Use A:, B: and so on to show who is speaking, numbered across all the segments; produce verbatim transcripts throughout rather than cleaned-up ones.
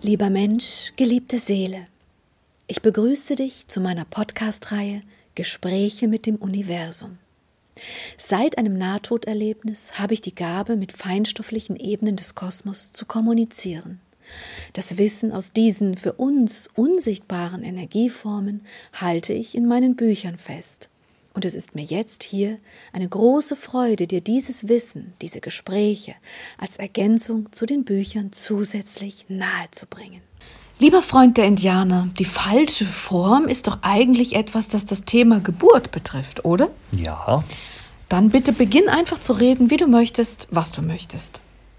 A: Lieber Mensch, geliebte Seele, ich begrüße dich zu meiner Podcast-Reihe Gespräche mit dem Universum. Seit einem Nahtoderlebnis habe ich die Gabe, mit feinstofflichen Ebenen des Kosmos zu kommunizieren. Das Wissen aus diesen für uns unsichtbaren Energieformen halte ich in meinen Büchern fest. Und es ist mir jetzt hier eine große Freude, dir dieses Wissen, diese Gespräche als Ergänzung zu den Büchern zusätzlich nahezubringen. Lieber Freund der Indianer, die falsche Form ist doch eigentlich etwas, das das Thema Geburt betrifft, oder?
B: Ja.
A: Dann bitte beginn einfach zu reden, wie du möchtest, was du möchtest.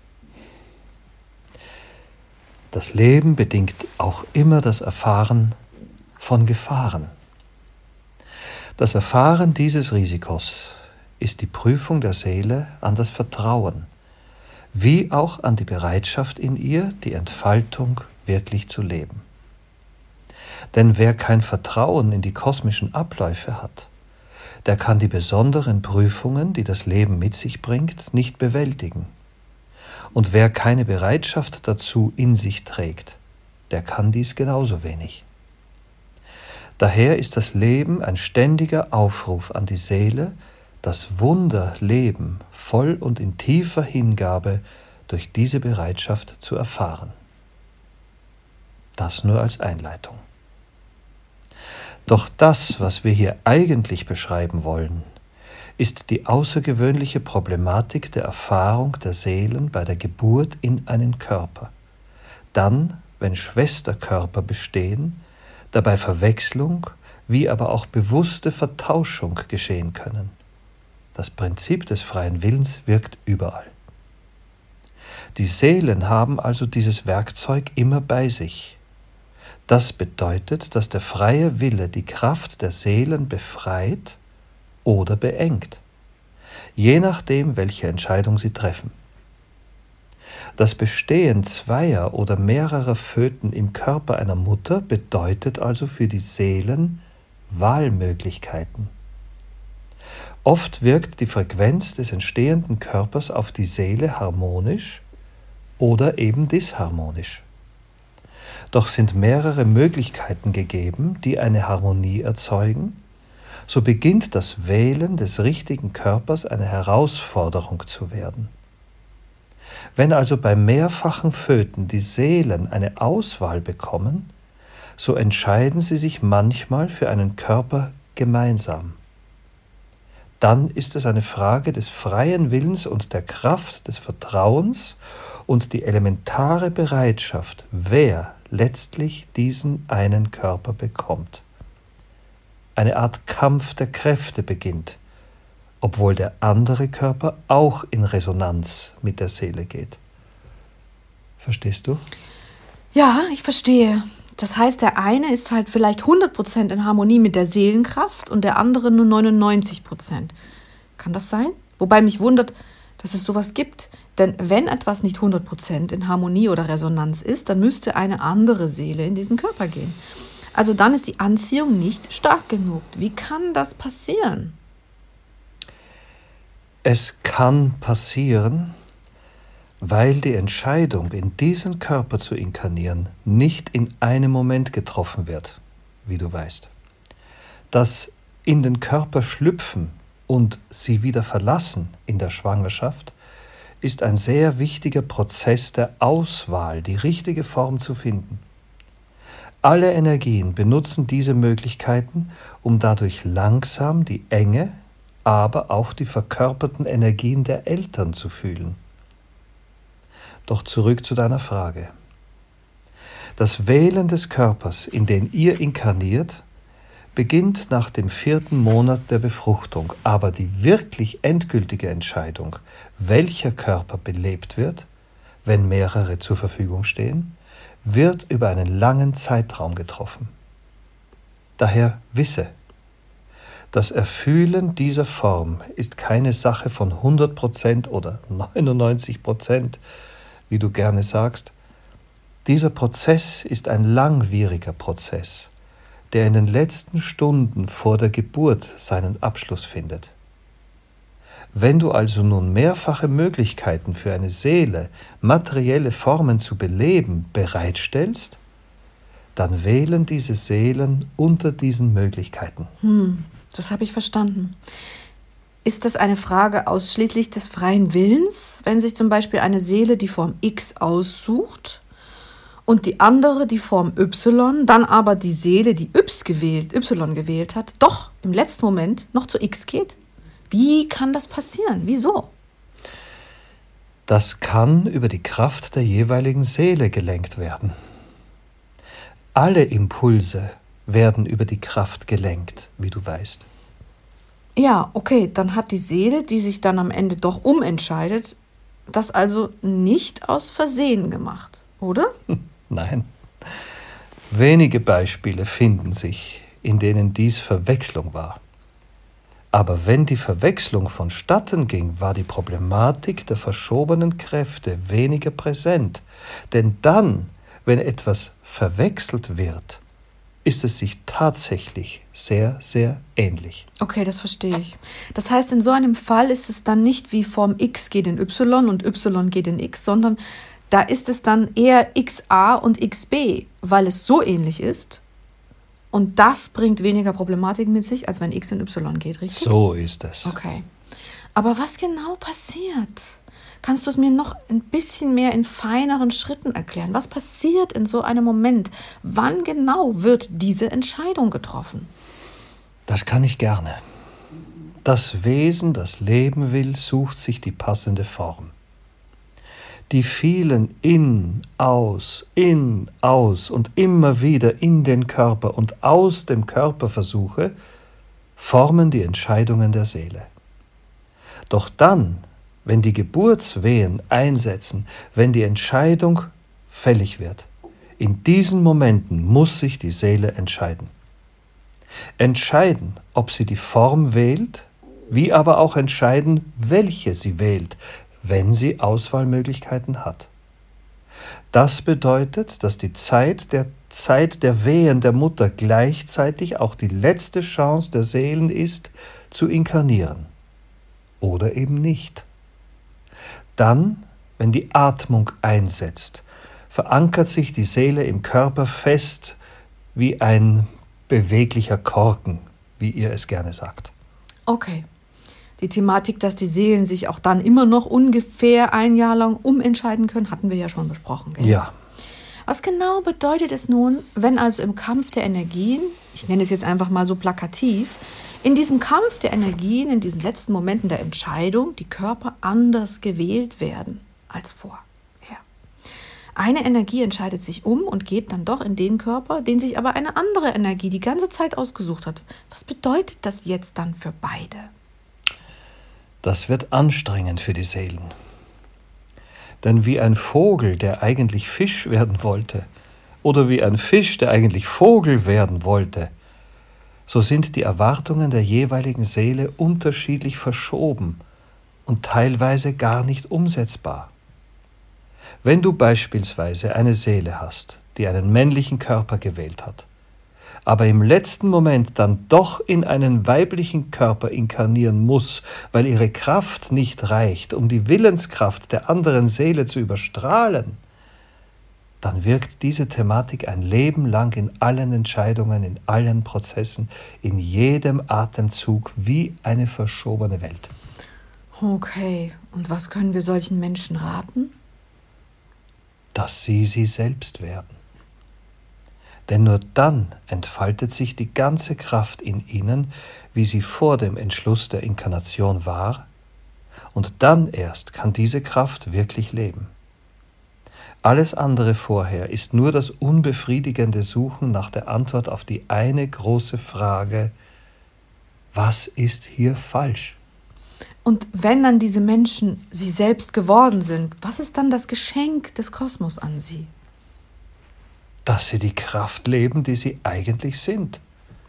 B: Das Leben bedingt auch immer das Erfahren von Gefahren. Das Erfahren dieses Risikos ist die Prüfung der Seele an das Vertrauen, wie auch an die Bereitschaft in ihr, die Entfaltung wirklich zu leben. Denn wer kein Vertrauen in die kosmischen Abläufe hat, der kann die besonderen Prüfungen, die das Leben mit sich bringt, nicht bewältigen. Und wer keine Bereitschaft dazu in sich trägt, der kann dies genauso wenig. Daher ist das Leben ein ständiger Aufruf an die Seele, das Wunderleben voll und in tiefer Hingabe durch diese Bereitschaft zu erfahren. Das nur als Einleitung. Doch das, was wir hier eigentlich beschreiben wollen, ist die außergewöhnliche Problematik der Erfahrung der Seelen bei der Geburt in einen Körper. Dann, wenn Schwesterkörper bestehen, dabei Verwechslung, wie aber auch bewusste Vertauschung geschehen können. Das Prinzip des freien Willens wirkt überall. Die Seelen haben also dieses Werkzeug immer bei sich. Das bedeutet, dass der freie Wille die Kraft der Seelen befreit oder beengt, je nachdem, welche Entscheidung sie treffen. Das Bestehen zweier oder mehrerer Föten im Körper einer Mutter bedeutet also für die Seelen Wahlmöglichkeiten. Oft wirkt die Frequenz des entstehenden Körpers auf die Seele harmonisch oder eben disharmonisch. Doch sind mehrere Möglichkeiten gegeben, die eine Harmonie erzeugen, so beginnt das Wählen des richtigen Körpers eine Herausforderung zu werden. Wenn also bei mehrfachen Föten die Seelen eine Auswahl bekommen, so entscheiden sie sich manchmal für einen Körper gemeinsam. Dann ist es eine Frage des freien Willens und der Kraft des Vertrauens und die elementare Bereitschaft, wer letztlich diesen einen Körper bekommt. Eine Art Kampf der Kräfte beginnt, obwohl der andere Körper auch in Resonanz mit der Seele geht. Verstehst du?
A: Ja, ich verstehe. Das heißt, der eine ist halt vielleicht hundert Prozent in Harmonie mit der Seelenkraft und der andere nur neunundneunzig Prozent. Kann das sein? Wobei mich wundert, dass es sowas gibt. Denn wenn etwas nicht hundert Prozent in Harmonie oder Resonanz ist, dann müsste eine andere Seele in diesen Körper gehen. Also dann ist die Anziehung nicht stark genug. Wie kann das passieren?
B: Es kann passieren, weil die Entscheidung, in diesen Körper zu inkarnieren, nicht in einem Moment getroffen wird, wie du weißt. Das in den Körper schlüpfen und sie wieder verlassen in der Schwangerschaft ist ein sehr wichtiger Prozess der Auswahl, die richtige Form zu finden. Alle Energien benutzen diese Möglichkeiten, um dadurch langsam die Enge, aber auch die verkörperten Energien der Eltern zu fühlen. Doch zurück zu deiner Frage. Das Wählen des Körpers, in den ihr inkarniert, beginnt nach dem vierten Monat der Befruchtung, aber die wirklich endgültige Entscheidung, welcher Körper belebt wird, wenn mehrere zur Verfügung stehen, wird über einen langen Zeitraum getroffen. Daher wisse, das Erfühlen dieser Form ist keine Sache von hundert Prozent oder neunundneunzig Prozent, wie du gerne sagst. Dieser Prozess ist ein langwieriger Prozess, der in den letzten Stunden vor der Geburt seinen Abschluss findet. Wenn du also nun mehrfache Möglichkeiten für eine Seele, materielle Formen zu beleben, bereitstellst, dann wählen diese Seelen unter diesen Möglichkeiten.
A: Hm, das habe ich verstanden. Ist das eine Frage ausschließlich des freien Willens, wenn sich zum Beispiel eine Seele die Form X aussucht und die andere die Form Y, dann aber die Seele, die Y gewählt, Y gewählt hat, doch im letzten Moment noch zu X geht? Wie kann das passieren? Wieso?
B: Das kann über die Kraft der jeweiligen Seele gelenkt werden. Alle Impulse werden über die Kraft gelenkt, wie du weißt.
A: Ja, okay, dann hat die Seele, die sich dann am Ende doch umentscheidet, das also nicht aus Versehen gemacht, oder?
B: Nein. Wenige Beispiele finden sich, in denen dies Verwechslung war. Aber wenn die Verwechslung vonstatten ging, war die Problematik der verschobenen Kräfte weniger präsent. Denn dann, wenn etwas verwechselt wird, ist es sich tatsächlich sehr, sehr ähnlich.
A: Okay, das verstehe ich. Das heißt, in so einem Fall ist es dann nicht wie Form X geht in Y und Y geht in X, sondern da ist es dann eher X A und X B, weil es so ähnlich ist. Und das bringt weniger Problematik mit sich, als wenn X in Y geht, richtig?
B: So ist es.
A: Okay. Aber was genau passiert? Kannst du es mir noch ein bisschen mehr in feineren Schritten erklären? Was passiert in so einem Moment? Wann genau wird diese Entscheidung getroffen?
B: Das kann ich gerne. Das Wesen, das leben will, sucht sich die passende Form. Die vielen in, aus, in, aus und immer wieder in den Körper und aus dem Körper Versuche formen die Entscheidungen der Seele. Doch dann, wenn die Geburtswehen einsetzen, wenn die Entscheidung fällig wird, in diesen Momenten muss sich die Seele entscheiden. Entscheiden, ob sie die Form wählt, wie aber auch entscheiden, welche sie wählt, wenn sie Auswahlmöglichkeiten hat. Das bedeutet, dass die Zeit der Zeit der Wehen der Mutter gleichzeitig auch die letzte Chance der Seelen ist, zu inkarnieren. Oder eben nicht. Dann, wenn die Atmung einsetzt, verankert sich die Seele im Körper fest wie ein beweglicher Korken, wie ihr es gerne sagt.
A: Okay. Die Thematik, dass die Seelen sich auch dann immer noch ungefähr ein Jahr lang umentscheiden können, hatten wir ja schon besprochen. Gell?
B: Ja.
A: Was genau bedeutet es nun, wenn also im Kampf der Energien, ich nenne es jetzt einfach mal so plakativ, in diesem Kampf der Energien, in diesen letzten Momenten der Entscheidung, die Körper anders gewählt werden als vorher? Eine Energie entscheidet sich um und geht dann doch in den Körper, den sich aber eine andere Energie die ganze Zeit ausgesucht hat. Was bedeutet das jetzt dann für beide?
B: Das wird anstrengend für die Seelen. Denn wie ein Vogel, der eigentlich Fisch werden wollte, oder wie ein Fisch, der eigentlich Vogel werden wollte, so sind die Erwartungen der jeweiligen Seele unterschiedlich verschoben und teilweise gar nicht umsetzbar. Wenn du beispielsweise eine Seele hast, die einen männlichen Körper gewählt hat, aber im letzten Moment dann doch in einen weiblichen Körper inkarnieren muss, weil ihre Kraft nicht reicht, um die Willenskraft der anderen Seele zu überstrahlen, dann wirkt diese Thematik ein Leben lang in allen Entscheidungen, in allen Prozessen, in jedem Atemzug wie eine verschobene Welt.
A: Okay, und was können wir solchen Menschen raten?
B: Dass sie sie selbst werden. Denn nur dann entfaltet sich die ganze Kraft in ihnen, wie sie vor dem Entschluss der Inkarnation war, und dann erst kann diese Kraft wirklich leben. Alles andere vorher ist nur das unbefriedigende Suchen nach der Antwort auf die eine große Frage: Was ist hier falsch?
A: Und wenn dann diese Menschen sie selbst geworden sind, was ist dann das Geschenk des Kosmos an sie?
B: Dass sie die Kraft leben, die sie eigentlich sind.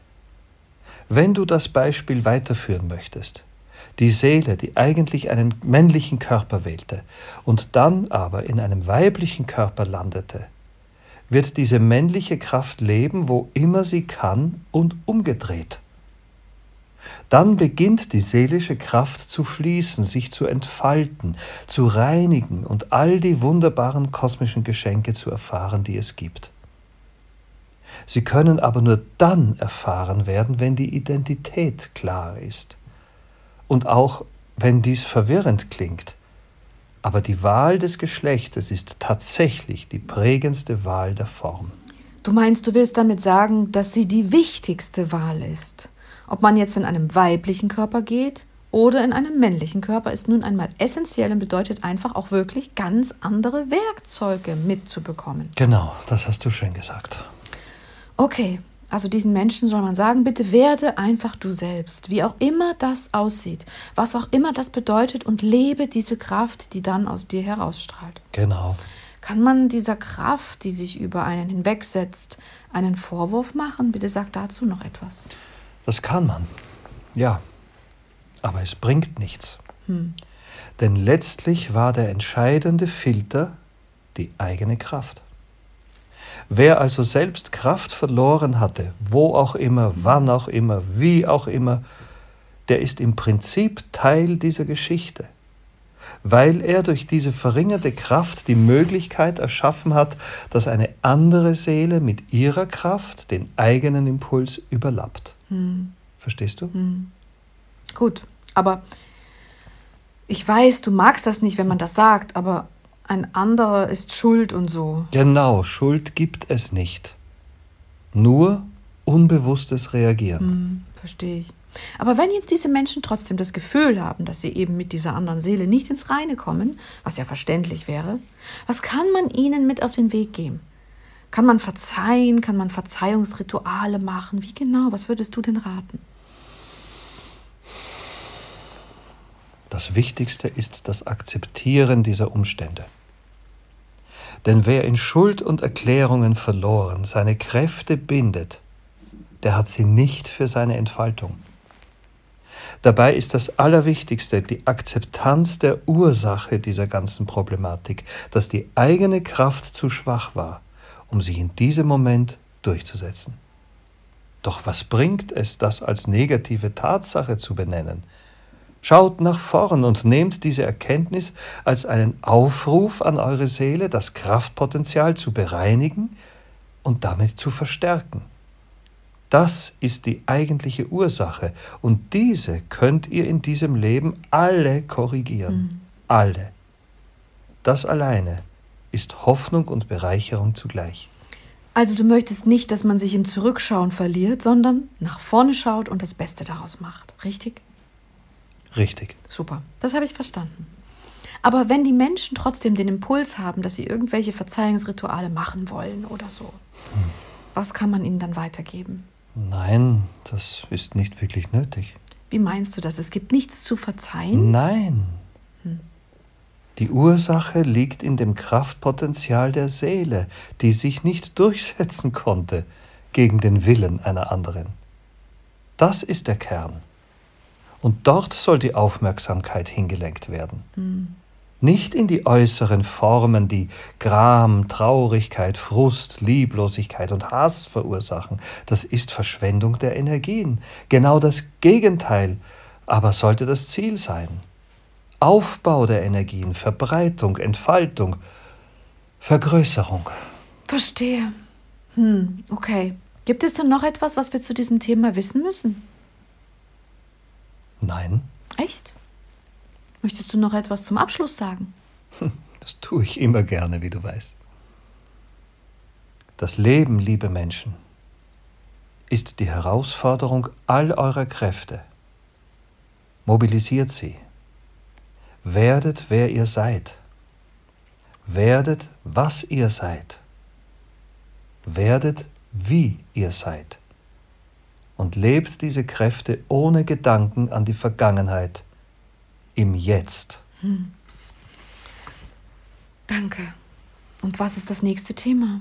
B: Wenn du das Beispiel weiterführen möchtest, die Seele, die eigentlich einen männlichen Körper wählte und dann aber in einem weiblichen Körper landete, wird diese männliche Kraft leben, wo immer sie kann und umgedreht. Dann beginnt die seelische Kraft zu fließen, sich zu entfalten, zu reinigen und all die wunderbaren kosmischen Geschenke zu erfahren, die es gibt. Sie können aber nur dann erfahren werden, wenn die Identität klar ist. Und auch wenn dies verwirrend klingt, aber die Wahl des Geschlechtes ist tatsächlich die prägendste Wahl der Form.
A: Du meinst, du willst damit sagen, dass sie die wichtigste Wahl ist? Ob man jetzt in einem weiblichen Körper geht oder in einem männlichen Körper, ist nun einmal essentiell und bedeutet einfach auch wirklich ganz andere Werkzeuge mitzubekommen.
B: Genau, das hast du schön gesagt.
A: Okay, also diesen Menschen soll man sagen, bitte werde einfach du selbst, wie auch immer das aussieht, was auch immer das bedeutet, und lebe diese Kraft, die dann aus dir herausstrahlt.
B: Genau.
A: Kann man dieser Kraft, die sich über einen hinwegsetzt, einen Vorwurf machen? Bitte sag dazu noch etwas.
B: Das kann man, ja, aber es bringt nichts.
A: Hm.
B: Denn letztlich war der entscheidende Filter die eigene Kraft. Wer also selbst Kraft verloren hatte, wo auch immer, wann auch immer, wie auch immer, der ist im Prinzip Teil dieser Geschichte, weil er durch diese verringerte Kraft die Möglichkeit erschaffen hat, dass eine andere Seele mit ihrer Kraft den eigenen Impuls überlappt.
A: Hm.
B: Verstehst du?
A: Hm. Gut, aber ich weiß, du magst das nicht, wenn man das sagt, aber ein anderer ist schuld und so.
B: Genau, Schuld gibt es nicht. Nur unbewusstes Reagieren.
A: Hm, verstehe ich. Aber wenn jetzt diese Menschen trotzdem das Gefühl haben, dass sie eben mit dieser anderen Seele nicht ins Reine kommen, was ja verständlich wäre, was kann man ihnen mit auf den Weg geben? Kann man verzeihen? Kann man Verzeihungsrituale machen? Wie genau? Was würdest du denn raten?
B: Das Wichtigste ist das Akzeptieren dieser Umstände. Denn wer in Schuld und Erklärungen verloren seine Kräfte bindet, der hat sie nicht für seine Entfaltung. Dabei ist das Allerwichtigste die Akzeptanz der Ursache dieser ganzen Problematik, dass die eigene Kraft zu schwach war, um sich in diesem Moment durchzusetzen. Doch was bringt es, das als negative Tatsache zu benennen? Schaut nach vorn und nehmt diese Erkenntnis als einen Aufruf an eure Seele, das Kraftpotenzial zu bereinigen und damit zu verstärken. Das ist die eigentliche Ursache, und diese könnt ihr in diesem Leben alle korrigieren. Mhm. Alle. Das alleine ist Hoffnung und Bereicherung zugleich.
A: Also du möchtest nicht, dass man sich im Zurückschauen verliert, sondern nach vorne schaut und das Beste daraus macht, richtig?
B: Richtig.
A: Super, das habe ich verstanden. Aber wenn die Menschen trotzdem den Impuls haben, dass sie irgendwelche Verzeihungsrituale machen wollen oder so, hm. was kann man ihnen dann weitergeben?
B: Nein, das ist nicht wirklich nötig.
A: Wie meinst du das? Es gibt nichts zu verzeihen?
B: Nein. Hm. Die Ursache liegt in dem Kraftpotenzial der Seele, die sich nicht durchsetzen konnte gegen den Willen einer anderen. Das ist der Kern. Und dort soll die Aufmerksamkeit hingelenkt werden. Hm. Nicht in die äußeren Formen, die Gram, Traurigkeit, Frust, Lieblosigkeit und Hass verursachen. Das ist Verschwendung der Energien. Genau das Gegenteil aber sollte das Ziel sein. Aufbau der Energien, Verbreitung, Entfaltung, Vergrößerung.
A: Verstehe. Hm, okay. Gibt es denn noch etwas, was wir zu diesem Thema wissen müssen?
B: Nein.
A: Echt? Möchtest du noch etwas zum Abschluss sagen?
B: Das tue ich immer gerne, wie du weißt. Das Leben, liebe Menschen, ist die Herausforderung all eurer Kräfte. Mobilisiert sie. Werdet, wer ihr seid. Werdet, was ihr seid. Werdet, wie ihr seid. Und lebt diese Kräfte ohne Gedanken an die Vergangenheit, im Jetzt. Hm.
A: Danke. Und was ist das nächste Thema?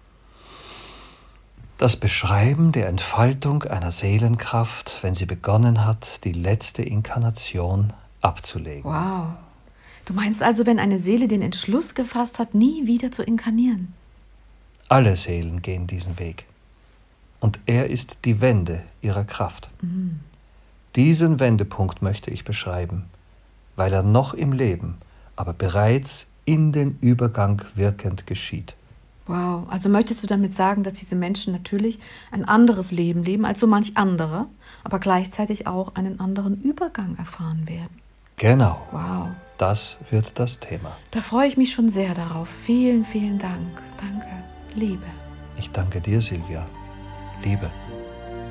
B: Das Beschreiben der Entfaltung einer Seelenkraft, wenn sie begonnen hat, die letzte Inkarnation abzulegen.
A: Wow. Du meinst also, wenn eine Seele den Entschluss gefasst hat, nie wieder zu inkarnieren?
B: Alle Seelen gehen diesen Weg. Und er ist die Wende ihrer Kraft.
A: Mhm.
B: Diesen Wendepunkt möchte ich beschreiben, weil er noch im Leben, aber bereits in den Übergang wirkend geschieht.
A: Wow, also möchtest du damit sagen, dass diese Menschen natürlich ein anderes Leben leben als so manch andere, aber gleichzeitig auch einen anderen Übergang erfahren werden?
B: Genau.
A: Wow.
B: Das wird das Thema.
A: Da freue ich mich schon sehr darauf. Vielen, vielen Dank. Danke. Liebe.
B: Ich danke dir, Silvia. Liebe.